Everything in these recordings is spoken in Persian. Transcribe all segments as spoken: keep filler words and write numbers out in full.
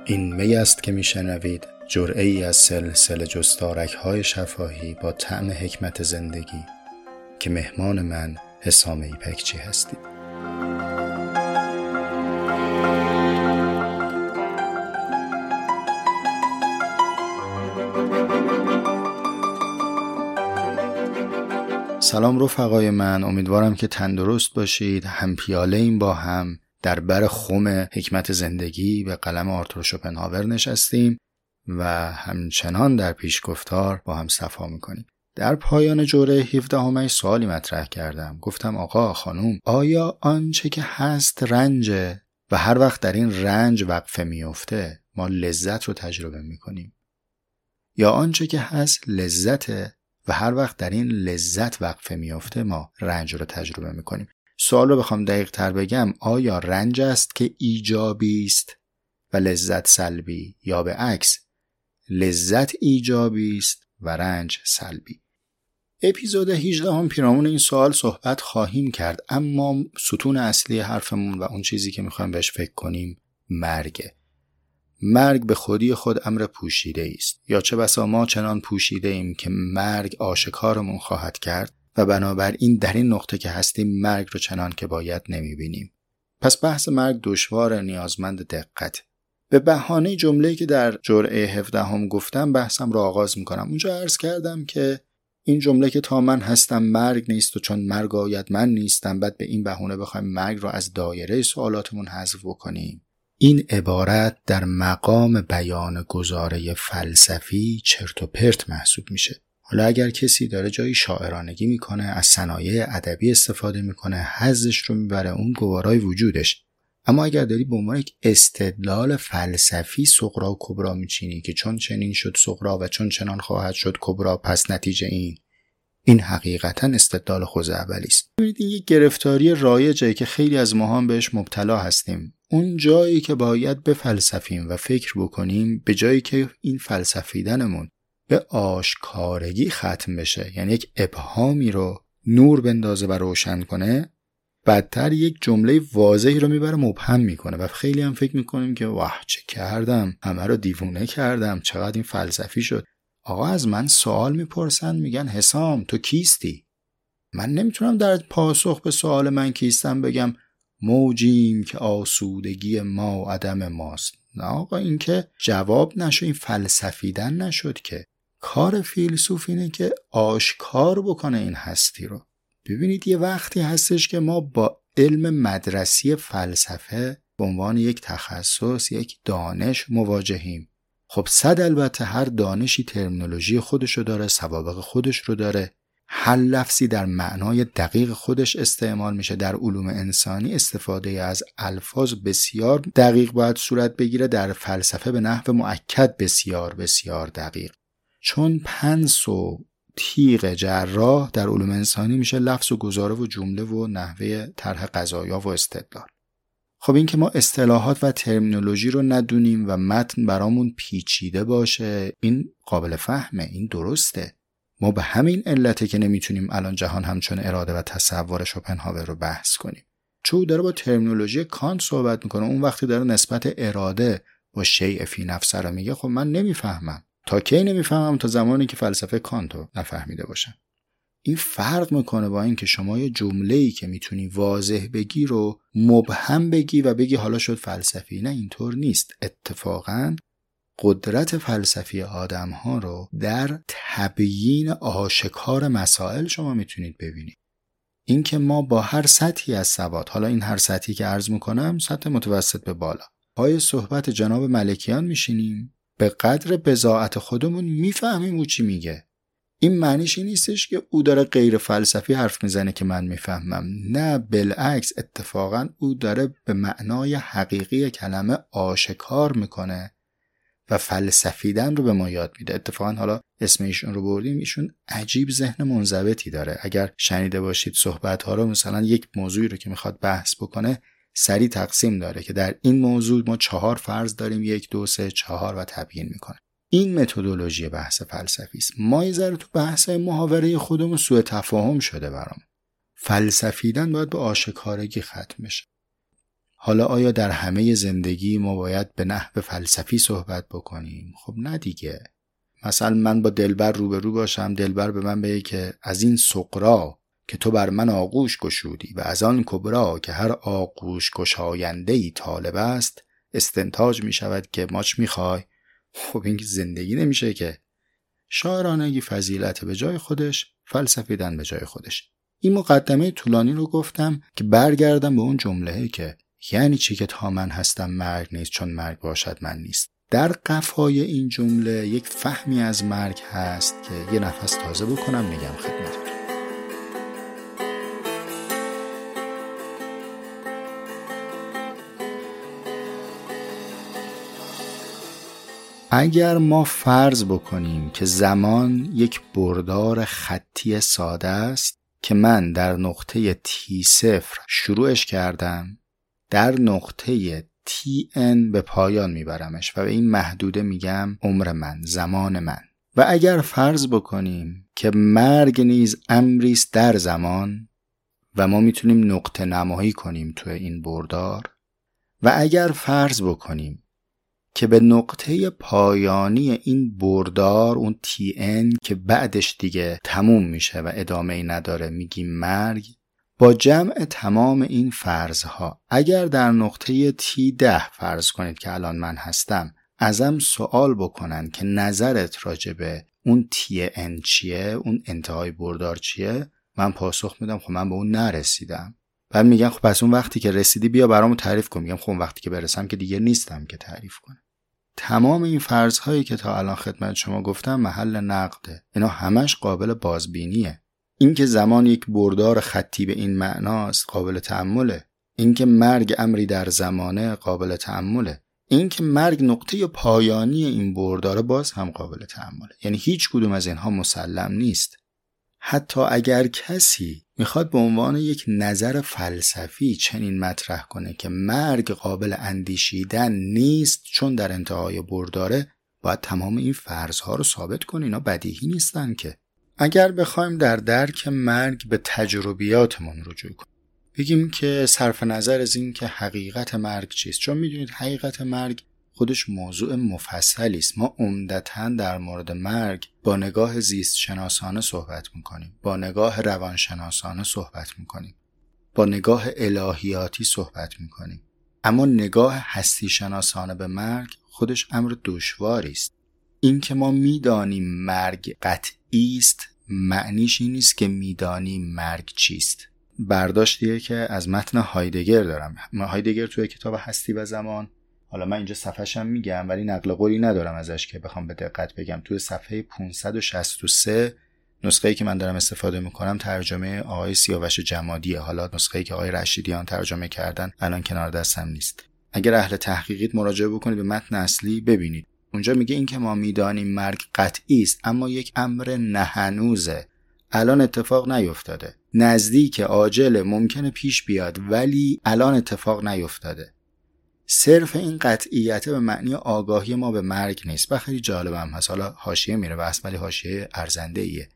این می است که میشنوید جرعه ای از سلسله جستارک های شفاهی با طعم حکمت زندگی که مهمان من حسام ایپکچی هستید. سلام رفقای من، امیدوارم که تندرست باشید. هم پیاله این با هم در بر خم حکمت زندگی به قلم آرتور شوپنهاور نشستیم و همچنان در پیشگفتار با هم صفا میکنیم. در پایان جوره هفدهم سوالی مطرح کردم. گفتم آقا خانوم، آیا آنچه که هست رنجه و هر وقت در این رنج وقفه میفته ما لذت رو تجربه میکنیم، یا آنچه که هست لذته و هر وقت در این لذت وقفه میفته ما رنج رو تجربه میکنیم؟ سوال رو بخوام دقیق تر بگم، آیا رنج است که ایجابی است و لذت سلبی، یا به عکس لذت ایجابی است و رنج سلبی؟ اپیزود هجدهم پیرامون این سوال صحبت خواهیم کرد، اما ستون اصلی حرفمون و اون چیزی که میخوایم بهش فکر کنیم مرگه. مرگ به خودی خود امر پوشیده است، یا چه بسا ما چنان پوشیده ایم که مرگ آشکارمون خواهد کرد و بنابراین در این نقطه که هستیم مرگ رو چنان که باید نمیبینیم. پس بحث مرگ دشوار، نیازمند دقت. به بهانه جمله‌ای که در جرعه هفدهم گفتم بحثم رو آغاز میکنم. اونجا عرض کردم که این جمله که تا من هستم مرگ نیست و چون مرگ آید من نیستم، بعد به این بهونه بخوایم مرگ رو از دایره سوالاتمون حذف بکنیم. این عبارت در مقام بیان گزاره فلسفی چرت و پرت محسوب میشه. حالا اگر کسی داره جایی شاعرانگی میکنه، از صنایع ادبی استفاده میکنه، حظش رو میبره، اون گوارای وجودش. اما اگر داری به عنوان یک استدلال فلسفی صغرا و کبرا میچینی که چون چنین شد صغرا و چون چنان خواهد شد کبرا، پس نتیجه این این حقیقتا استدلال خوزعبلی است. ببینید این یک گرفتاری رایجه که خیلی از ما هم بهش مبتلا هستیم. اون جایی که باید به فلسفیم و فکر بکنیم، به جایی که این فلسفیدنمون به آشکارگی ختم بشه، یعنی یک ابهامی رو نور بندازه و روشن کنه، بدتر یک جمله واضحی رو میبره مبهم میکنه و خیلی هم فکر میکنیم که واه چه کردم، همه رو دیوونه کردم، چقدر این فلسفی شد. آقا از من سوال میپرسن، میگن حسام تو کیستی؟ من نمیتونم در پاسخ به سوال من کیستم بگم موجیم که آسودگی ما عدم ماست. نه آقا، این که جواب نشد، این فلسفیدن نشد. که کار فیلسوف اینه که آشکار بکنه این هستی رو. ببینید یه وقتی هستش که ما با علم مدرسی فلسفه به عنوان یک تخصص، یک دانش مواجهیم. خب صد البته هر دانشی ترمینولوژی خودش رو داره، سوابق خودش رو داره، هر لفظی در معنای دقیق خودش استعمال میشه. در علوم انسانی استفاده از الفاظ بسیار دقیق باید صورت بگیره، در فلسفه به نحو مؤکد بسیار بسیار دقیق. چون پنس و تیغ جراح در علوم انسانی میشه لفظ و گزاره و جمله و نحوه طرح قضایا و استدلال. خب این که ما اصطلاحات و ترمینولوژی رو ندونیم و متن برامون پیچیده باشه، این قابل فهمه، این درسته. ما به همین علته که نمیتونیم الان جهان همچون اراده و تصور شوپنهاور رو بحث کنیم. چون داره با ترمینولوژی کانت صحبت میکنه، اون وقتی داره نسبت اراده با شیء فی نفسه رو میگه، خب من نمیفهمم. تا کی نمیفهمم؟ تا زمانی که فلسفه کانت رو نفهمیده باشم. این فرق میکنه با این که شما یه جمله‌ای که میتونی واضح بگی رو مبهم بگی و بگی حالا شد فلسفی. نه، اینطور نیست. اتفاقاً قدرت فلسفی آدم‌ها رو در تبیین آشکار مسائل شما میتونید ببینید. این که ما با هر سطحی از سواد، حالا این هر سطحی که عرض میکنم سطح متوسط به بالا، پای صحبت جناب ملکیان میشینیم، به قدر بضاعت خودمون میفهمیم او چی میگه. این معنیش این نیستش که او داره غیر فلسفی حرف میزنه که من میفهمم. نه، بالعکس، اتفاقا او داره به معنای حقیقی کلمه آشکار میکنه و فلسفیدن رو به ما یاد میده. اتفاقا حالا اسم ایشون رو بردیم، ایشون عجیب ذهن منضبطی داره. اگر شنیده باشید صحبت‌ها رو، مثلا یک موضوعی رو که میخواد بحث بکنه سریع تقسیم داره که در این موضوع ما چهار فرض داریم، یک دو سه چهار، و تبیین میکنه. این متدولوژی بحث فلسفی است. ما یه ذره تو بحث محاوره خودمون سوء تفاهم شده برام. فلسفیدن باید به آشکارگی ختم بشه. حالا آیا در همه زندگی ما باید به نحو فلسفی صحبت بکنیم؟ خب نه دیگه. مثلا من با دلبر روبرو باشم، دلبر به من بگه که از این سقرا که تو بر من آغوش گشودی و از آن کبرا که هر آغوش گشاینده‌ای طالب است استنتاج می شود که ماچ می خوای. خب این که زندگی نمیشه که. شاعرانگی فضیلت به جای خودش، فلسفیدن به جای خودش. این مقدمه طولانی رو گفتم که برگردم به اون جمله‌ای که یعنی چی که تا من هستم مرگ نیست چون مرگ باشد من نیست. در قفای این جمله یک فهمی از مرگ هست که یه نفس تازه بکنم میگم خدمتتون. اگر ما فرض بکنیم که زمان یک بردار خطی ساده است که من در نقطه تی صفر شروعش کردم، در نقطه تی ان به پایان میبرمش و به این محدوده میگم عمر من، زمان من. و اگر فرض بکنیم که مرگ نیز امریست در زمان و ما میتونیم نقطه نمایی کنیم توی این بردار، و اگر فرض بکنیم که به نقطه پایانی این بردار اون تی ان که بعدش دیگه تموم میشه و ادامه ای نداره میگیم مرگ، با جمع تمام این فرضها اگر در نقطه تی ده فرض کنید که الان من هستم ازم سوال بکنن که نظرت راجبه اون تی ان چیه، اون انتهای بردار چیه، من پاسخ میدم خب من به اون نرسیدم. بعد میگن خب پس اون وقتی که رسیدی بیا برامو تعریف کن. میگم خب اون وقتی که برسم که دیگه نیستم که تعریف کنم. تمام این فرض‌هایی که تا الان خدمت شما گفتم محل نقده. اینا همش قابل بازبینیه. این که زمان یک بردار خطی به این معناست قابل تأمله. این که مرگ امری در زمانه قابل تأمله. این که مرگ نقطه پایانی این بردار باز هم قابل تأمله. یعنی هیچ کدوم از اینها مسلم نیست. حتی اگر کسی میخواد به عنوان یک نظر فلسفی چنین مطرح کنه که مرگ قابل اندیشیدن نیست چون در انتهای برداره، باید تمام این فرضها رو ثابت کنه. اینا بدیهی نیستن که. اگر بخوایم در درک مرگ به تجربیاتمون رجوع کنیم، بگیم که صرف نظر از این که حقیقت مرگ چیست، چون میدونید حقیقت مرگ خودش موضوع مفصلی است. ما عمدتاً در مورد مرگ با نگاه زیست شناسانه صحبت میکنیم، با نگاه روانشناسانه صحبت میکنیم، با نگاه الهیاتی صحبت میکنیم. اما نگاه هستی شناسانه به مرگ خودش امر دشواری است. این که ما میدانیم مرگ قطعی است معنیش این نیست که میدانیم مرگ چیست. برداشتیه که از متن هایدگر دارم. هایدگر توی کتاب هستی و زمان، حالا من اینجا صفحه‌شم میگم ولی نقل قولی ندارم ازش که بخوام به دقت بگم، توی صفحه پانصد و شصت و سه نسخه‌ای که من دارم استفاده میکنم ترجمه آقای سیاوش جمادیه. حالا نسخه‌ای که آقای رشیدیان ترجمه کردن الان کنار دستم نیست. اگر اهل تحقیقید مراجعه بکنید به متن اصلی ببینید. اونجا میگه این که ما میدانیم مرگ قطعی است اما یک امر نهنوزه، الان اتفاق نیفتاده، نزدیک عاجل ممکنه پیش بیاد ولی الان اتفاق نیفتاده. صرف این قطعیت به معنی آگاهی ما به مرگ نیست. و خیلی جالبم هست، حالا حاشیه میره بس ولی حاشیه ارزنده ایه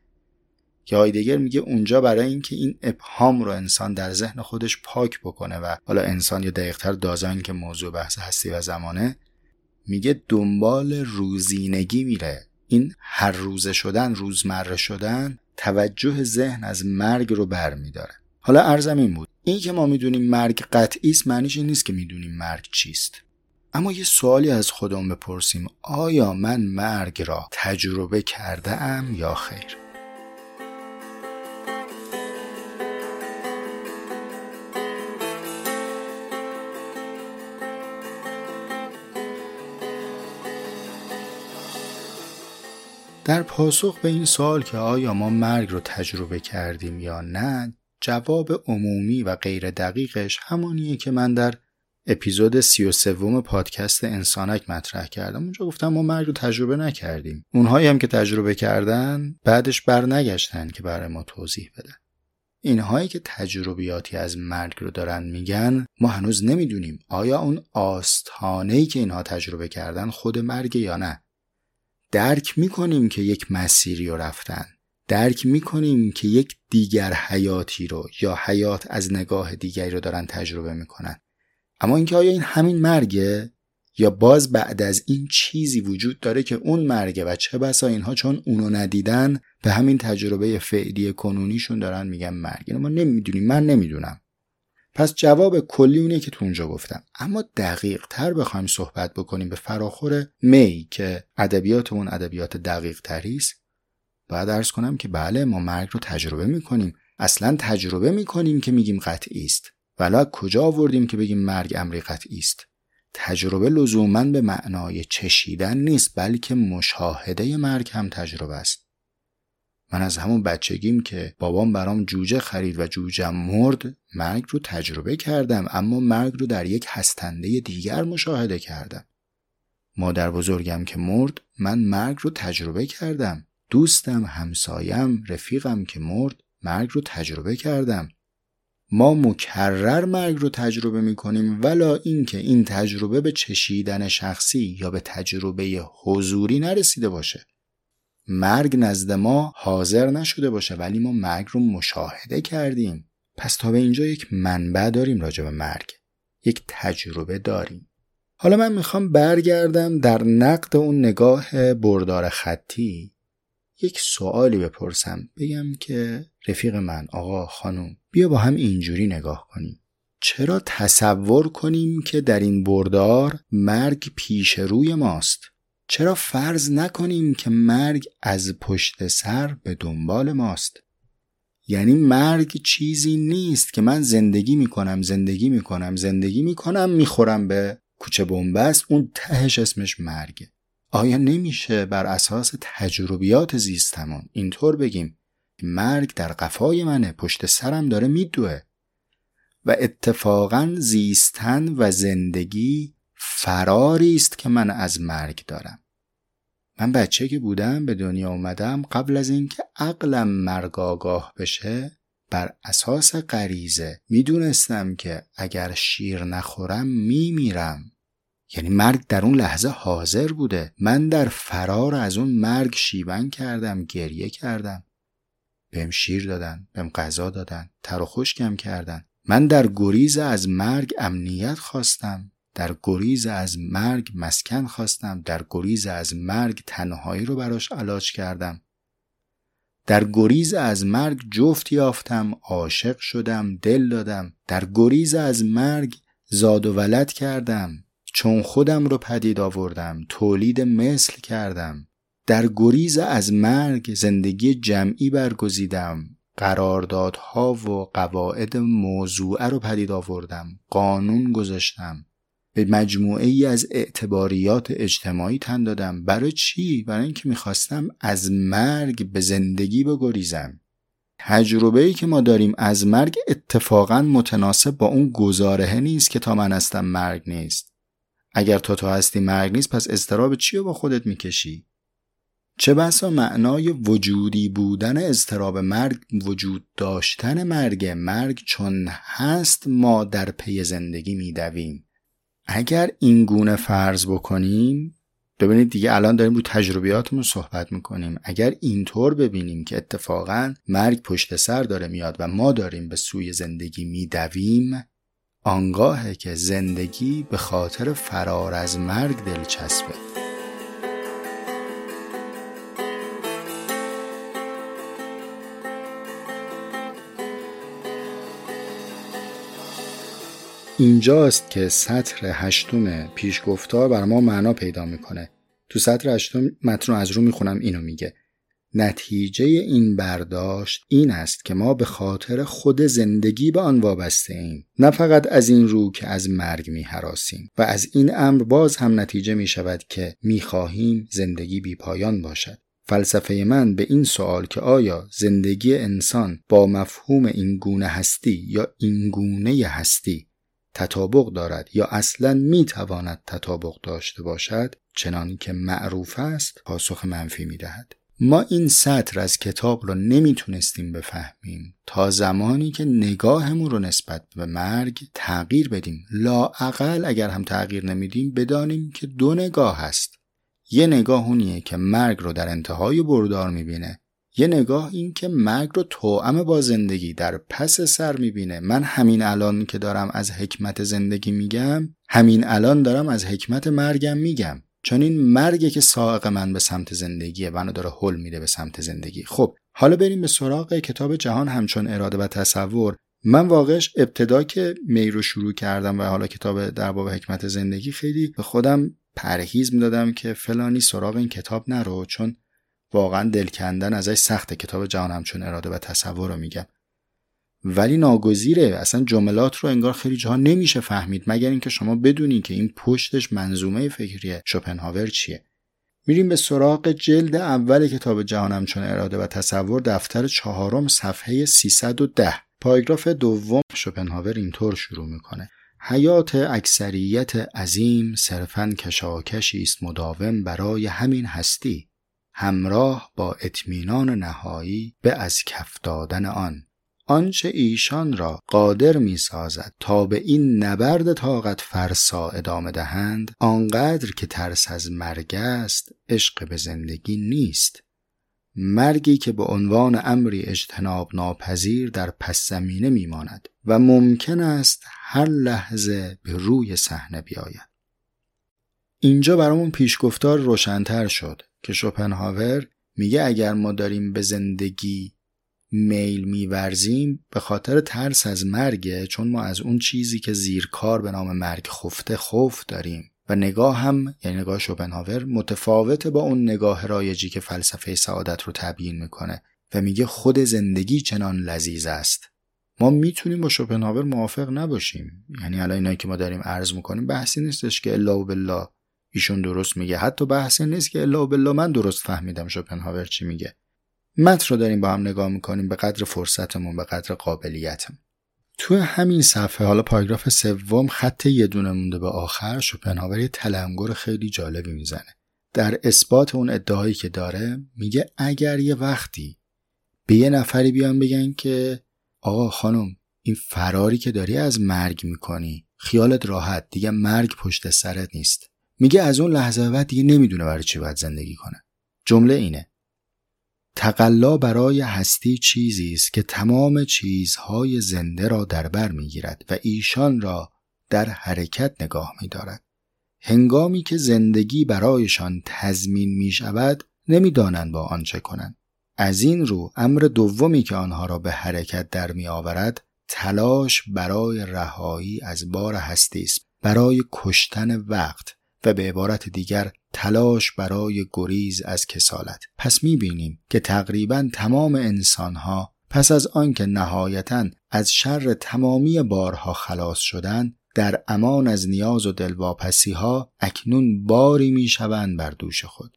که هایدگر میگه اونجا برای اینکه این ابهام رو انسان در ذهن خودش پاک بکنه و حالا انسان یا دقیق‌تر دازاین که موضوع بحث هستی و زمانه، میگه دنبال روزینگی میره. این هر روزه شدن، روزمره شدن، توجه ذهن از مرگ رو برمیداره. حالا عرضم این بود، این که ما میدونیم مرگ قطعی است معنیش این نیست که میدونیم مرگ چیست. اما یه سوالی از خودمون بپرسیم، آیا من مرگ را تجربه کرده ام یا خیر؟ در پاسخ به این سوال که آیا ما مرگ رو تجربه کردیم یا نه، جواب عمومی و غیر دقیقش همونیه که من در اپیزود سی و سوم پادکست انسانک مطرح کردم. اونجا گفتم ما مرگ رو تجربه نکردیم. اونهایی هم که تجربه کردن بعدش بر نگشتن که برای ما توضیح بدن. اینهایی که تجربیاتی از مرگ رو دارن میگن ما هنوز نمیدونیم آیا اون آستانه‌ای که اینها تجربه کردن خود مرگ یا نه. درک میکنیم که یک مسیری رو رفتن، درک میکنیم که یک دیگر حیاتی رو یا حیات از نگاه دیگری رو دارن تجربه میکنن، اما اینکه آیا این همین مرگه یا باز بعد از این چیزی وجود داره که اون مرگه و چه بسا اینها چون اونو ندیدن به همین تجربه فعلی کنونیشون دارن میگن مرگ. اینو ما نمیدونیم، من نمیدونم. پس جواب کلی اونه که تو اونجا گفتم. اما دقیق تر بخوایم صحبت بکنیم به فراخور می که ادبیاتمون ادبیات دقیق تریست، باید عرض کنم که بله ما مرگ رو تجربه میکنیم. اصلا تجربه میکنیم که میگیم قطعی است. ولی کجا آوردیم که بگیم مرگ امری قطعی است؟ تجربه لزوماً به معنای چشیدن نیست، بلکه مشاهده مرگ هم تجربه است. من از همون بچگیم که بابام برام جوجه خرید و جوجم مرد، مرگ رو تجربه کردم، اما مرگ رو در یک هستنده دیگر مشاهده کردم. مادر بزرگم که مرد، من مرگ رو تجربه کردم. دوستم، همسایم، رفیقم که مرد، مرگ رو تجربه کردم. ما مکرر مرگ رو تجربه میکنیم، ولا اینکه این تجربه به چشیدن شخصی یا به تجربه حضوری نرسیده باشه. مرگ نزد ما حاضر نشده باشه ولی ما مرگ رو مشاهده کردیم. پس تا به اینجا یک منبع داریم راجع به مرگ، یک تجربه داریم. حالا من میخوام برگردم در نقد اون نگاه بردار خطی، یک سوالی بپرسم، بگم که رفیق من، آقا، خانم، بیا با هم اینجوری نگاه کنیم. چرا تصور کنیم که در این بردار مرگ پیش روی ماست؟ چرا فرض نکنیم که مرگ از پشت سر به دنبال ماست؟ یعنی مرگ چیزی نیست که من زندگی میکنم زندگی میکنم زندگی میکنم میخورم به کوچه بنبست، اون تهش اسمش مرگه. آیا نمیشه بر اساس تجربیات زیستمون اینطور بگیم مرگ در قفای منه، پشت سرم داره میدوه و اتفاقاً زیستن و زندگی فراری است که من از مرگ دارم؟ من بچه که بودم به دنیا اومدم، قبل از اینکه عقلم مرگ آگاه بشه، بر اساس غریزه میدونستم که اگر شیر نخورم میمیرم. یعنی مرگ در اون لحظه حاضر بوده. من در فرار از اون مرگ شیون کردم، گریه کردم، بهم شیر دادن، بهم غذا دادن، تر و خشکم کردن. من در گریز از مرگ امنیت خواستم، در گریز از مرگ مسکن خواستم، در گریز از مرگ تنهایی رو براش علاج کردم، در گریز از مرگ جفت یافتم، عاشق شدم، دل دادم، در گریز از مرگ زاد و ولد کردم، چون خودم رو پدید آوردم، تولید مثل کردم، در گریز از مرگ زندگی جمعی برگزیدم، قراردادها و قواعد موضوعه رو پدید آوردم، قانون گذاشتم، به مجموعه ای از اعتباریات اجتماعی تن دادم. برای چی؟ برای اینکه میخواستم از مرگ به زندگی بگریزم. تجربه‌ای که ما داریم از مرگ اتفاقاً متناسب با اون گزارهه نیست که تا من هستم مرگ نیست. اگر تا تو هستی مرگ نیست، پس اضطراب چی رو با خودت میکشی؟ چه بسا معنای وجودی بودن اضطراب مرگ وجود داشتن مرگ. مرگ چون هست ما در پی زندگی میدویم. اگر این گونه فرض بکنیم، ببینید دیگه الان داریم رو تجربیاتمون صحبت میکنیم، اگر اینطور ببینیم که اتفاقاً مرگ پشت سر داره میاد و ما داریم به سوی زندگی میدویم، آنگاهه که زندگی به خاطر فرار از مرگ دلچسبه. اینجاست که سطر هشتم پیشگفتار بر ما معنا پیدا میکنه. تو سطر هشتم متن رو از رو میخونم، اینو میگه: نتیجه این برداشت این است که ما به خاطر خود زندگی به آن وابسته ایم، نه فقط از این رو که از مرگ می‌هراسیم. و از این امر باز هم نتیجه میشود که می‌خواهیم زندگی بی پایان باشد. فلسفه من به این سوال که آیا زندگی انسان با مفهوم این گونه هستی یا این گونه هستی تطابق دارد یا اصلاً میتواند تطابق داشته باشد، چنان که معروف است، پاسخ منفی میدهد. ما این سطر از کتاب رو نمیتونستیم بفهمیم تا زمانی که نگاهمون رو نسبت به مرگ تغییر بدیم. لااقل اگر هم تغییر نمیدیم بدانیم که دو نگاه هست. یه نگاه اونیه که مرگ رو در انتهای بردار میبینه، یه نگاه این که مرگ رو توأم با زندگی در پس سر میبینه. من همین الان که دارم از حکمت زندگی میگم، همین الان دارم از حکمت مرگم میگم، چون این مرگه که سائق من به سمت زندگیه، منو داره هل میده به سمت زندگی. خب حالا بریم به سراغ کتاب جهان همچون اراده و تصور. من واقعش ابتدا که می رو شروع کردم و حالا کتاب در باب حکمت زندگی، خیلی به خودم پرهیز میدادم که فلانی سراغ این کتاب نرو، چون واقعا دل کندن ازش سخته. کتاب جهان همچون اراده و تصور رو میگم، ولی ناگزیره. اصلا جملات رو انگار خیلی جاها نمیشه فهمید مگر اینکه شما بدونین که این پشتش منظومه فکری شوپنهاور چیه. میریم به سراغ جلد اول کتاب جهان همچون اراده و تصور، دفتر چهارم، صفحه سیصد و ده. پاراگراف دوم شوپنهاور اینطور شروع میکنه: حیات اکثریت عظیم صرفاً کشاکشی است مداوم برای همین هستی، همراه با اطمینان نهایی به از کف دادن آن. آنچه ایشان را قادر می سازد تا به این نبرد طاقت فرسا ادامه دهند، آنقدر که ترس از مرگ است، عشق به زندگی نیست. مرگی که به عنوان امری اجتناب ناپذیر در پس زمینه می ماند و ممکن است هر لحظه به روی صحنه بیاید. اینجا برامون پیشگفتار روشن‌تر شد که شوپنهاور میگه اگر ما داریم به زندگی میل میورزیم به خاطر ترس از مرگه، چون ما از اون چیزی که زیرکار به نام مرگ خفته خوف داریم. و نگاه هم، یعنی نگاه شوپنهاور، متفاوته با اون نگاه رایجی که فلسفه سعادت رو تبیین میکنه و میگه خود زندگی چنان لذیذ است. ما میتونیم با شوپنهاور موافق نباشیم. یعنی الان اینایی که ما داریم عرض میکنیم بحثی نیستش که الا و بالله ایشون درست میگه، حتی بحثی نیست که الا و بالله من درست فهمیدم شوپنهاور چی میگه. متن رو داریم با هم نگاه میکنیم به قدر فرصتمون، به قدر قابلیتمون. تو همین صفحه، حالا پاراگراف سوم، خط یه دونه مونده به آخر، شوپنهاور یه تلنگر خیلی جالبی میزنه. در اثبات اون ادعایی که داره میگه اگر یه وقتی به یه نفری بیان بگن که آقا خانم این فراری که داری از مرگ میکنی، خیالت راحت، دیگه مرگ پشت سرت نیست، میگه از اون لحظه بعد دیگه نمیدونه برای چی باید زندگی کنه. جمله اینه: تقلا برای هستی چیزی است که تمام چیزهای زنده را در بر میگیرد و ایشان را در حرکت نگاه می‌دارد. هنگامی که زندگی برایشان تضمین می‌شود، نمی‌دانند با آن چه کنند. از این رو امر دومی که آنها را به حرکت در می‌آورد، تلاش برای رهایی از بار هستی است، برای کشتن وقت و به عبارت دیگر تلاش برای گریز از کسالت. پس می‌بینیم که تقریباً تمام انسان‌ها پس از آنکه نهایتاً از شر تمامی بارها خلاص شدند، در امان از نیاز و دلواپسی‌ها اکنون باری می‌شوند بر دوش خود.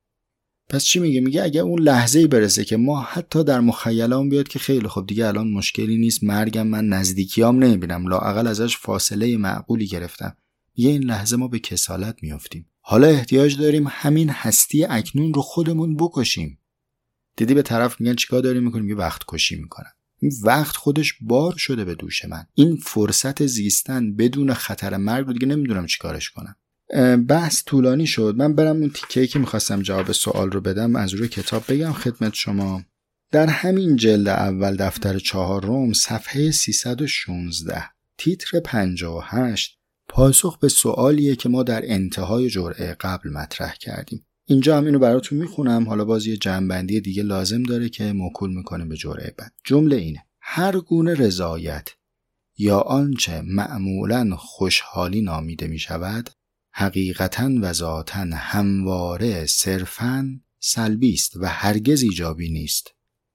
پس چی میگه؟ میگه اگه اون لحظه‌ای برسه که ما حتی در مخیله‌مون بیاد که خیلی خوب دیگه الان مشکلی نیست، مرگم من نزدیکیام نمی‌بینم، لااقل ازش فاصله معقولی گرفتم، یه این لحظه ما به کسالت میافتیم. حالا احتیاج داریم همین هستی اکنون رو خودمون بکشیم. دیدی به طرف میگن چیکار داری میکنیم؟ یه وقت کشی میکنن. این وقت خودش بار شده به دوش من. این فرصت زیستن بدون خطر مرگ رو دیگه نمیدونم چیکارش کنم. بحث طولانی شد. من برم اون تیکه‌ای که میخواستم جواب سوال رو بدم از روی کتاب بگم خدمت شما. در همین جلد اول دفتر چهارم، صفحه سیصد و شانزده، تیتر پنجاه و هشت، پاسخ به سوالیه که ما در انتهای جرعه قبل مطرح کردیم. اینجا هم اینو براتون میخونم، حالا باز یه جنبندی دیگه لازم داره که موکول میکنیم به جرعه بعد. جمله اینه: هر گونه رضایت یا آنچه معمولاً خوشحالی نامیده میشود، حقیقتاً و ذاتاً همواره صرفاً سلبی است و هرگز ایجابی نیست.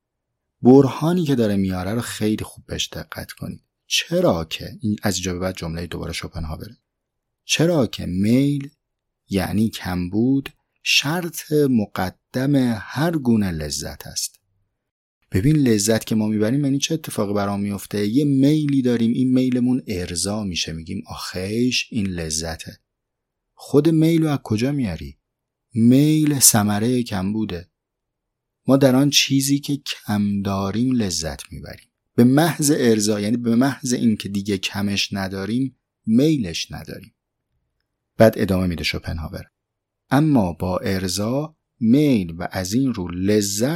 برهانی که داره میاره رو خیلی خوب بهش دقت کنید. چرا که این از اینجا به بعد جمله دوباره شوپنهاور، چرا که میل یعنی کمبود شرط مقدم هر گونه لذت است. ببین لذت که ما میبریم یعنی چه اتفاقی برام میفته؟ یه میلی داریم، این میلمون ارضا میشه، میگیم آخیش این لذته. خود میل رو از کجا میاری؟ میل ثمره کمبوده. ما در آن چیزی که کم داریم لذت میبریم. به محض ارضا، یعنی به محض این که دیگه کمش نداریم، میلش نداریم. بعد ادامه میده شوپنهاور: اما با ارضا، میل و از این رو لذت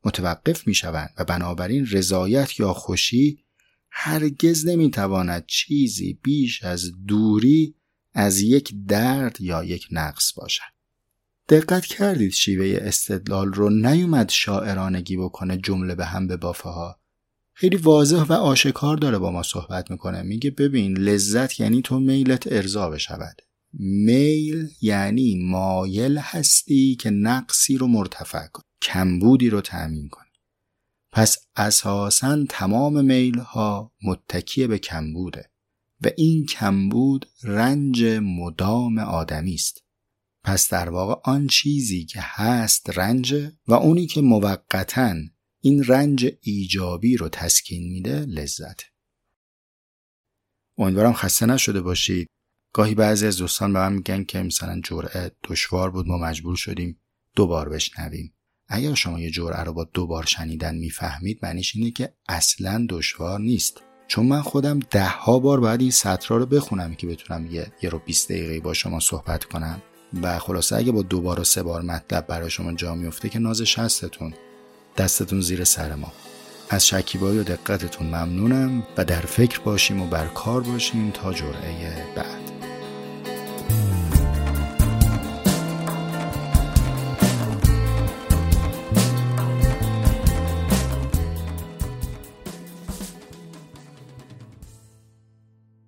متوقف می شوند و بنابراین رضایت یا خوشی هرگز نمی تواند چیزی بیش از دوری از یک درد یا یک نقص باشد. دقت کردید شیوه استدلال رو نیومد شاعرانگی بکنه، جمله به هم به بافه ها. خیلی واضح و آشکار داره با ما صحبت میکنه. میگه ببین لذت یعنی تو میلت ارضا بشود. میل یعنی مایل هستی که نقصی رو مرتفع کن، کمبودی رو تأمین کن. پس اساساً تمام میل ها متکی به کمبوده و این کمبود رنج مدام آدمی است. پس در واقع آن چیزی که هست رنج و اونی که موقتاً این رنج ایجابی رو تسکین میده لذت. امیدوارم خسته نشده باشید. گاهی بعضی از دوستان به من میگن که مثلا جرعه دشوار بود، ما مجبور شدیم دوبار بشنویم. اگر شما یه جرعه رو با دوبار شنیدن میفهمید، معنیش اینه که اصلاً دشوار نیست. چون من خودم ده ها بار باید این سطرها رو بخونم که بتونم یه یه رو بیست دقیقه با شما صحبت کنم. و خلاصه اگه با دو بار و سه بار مطلب برای شما جا میفته که نازش هستتون، دستتون زیر سر ما. از شکیبایی و دقتتون ممنونم و در فکر باشیم و بر کار باشیم تا جرعه بعد.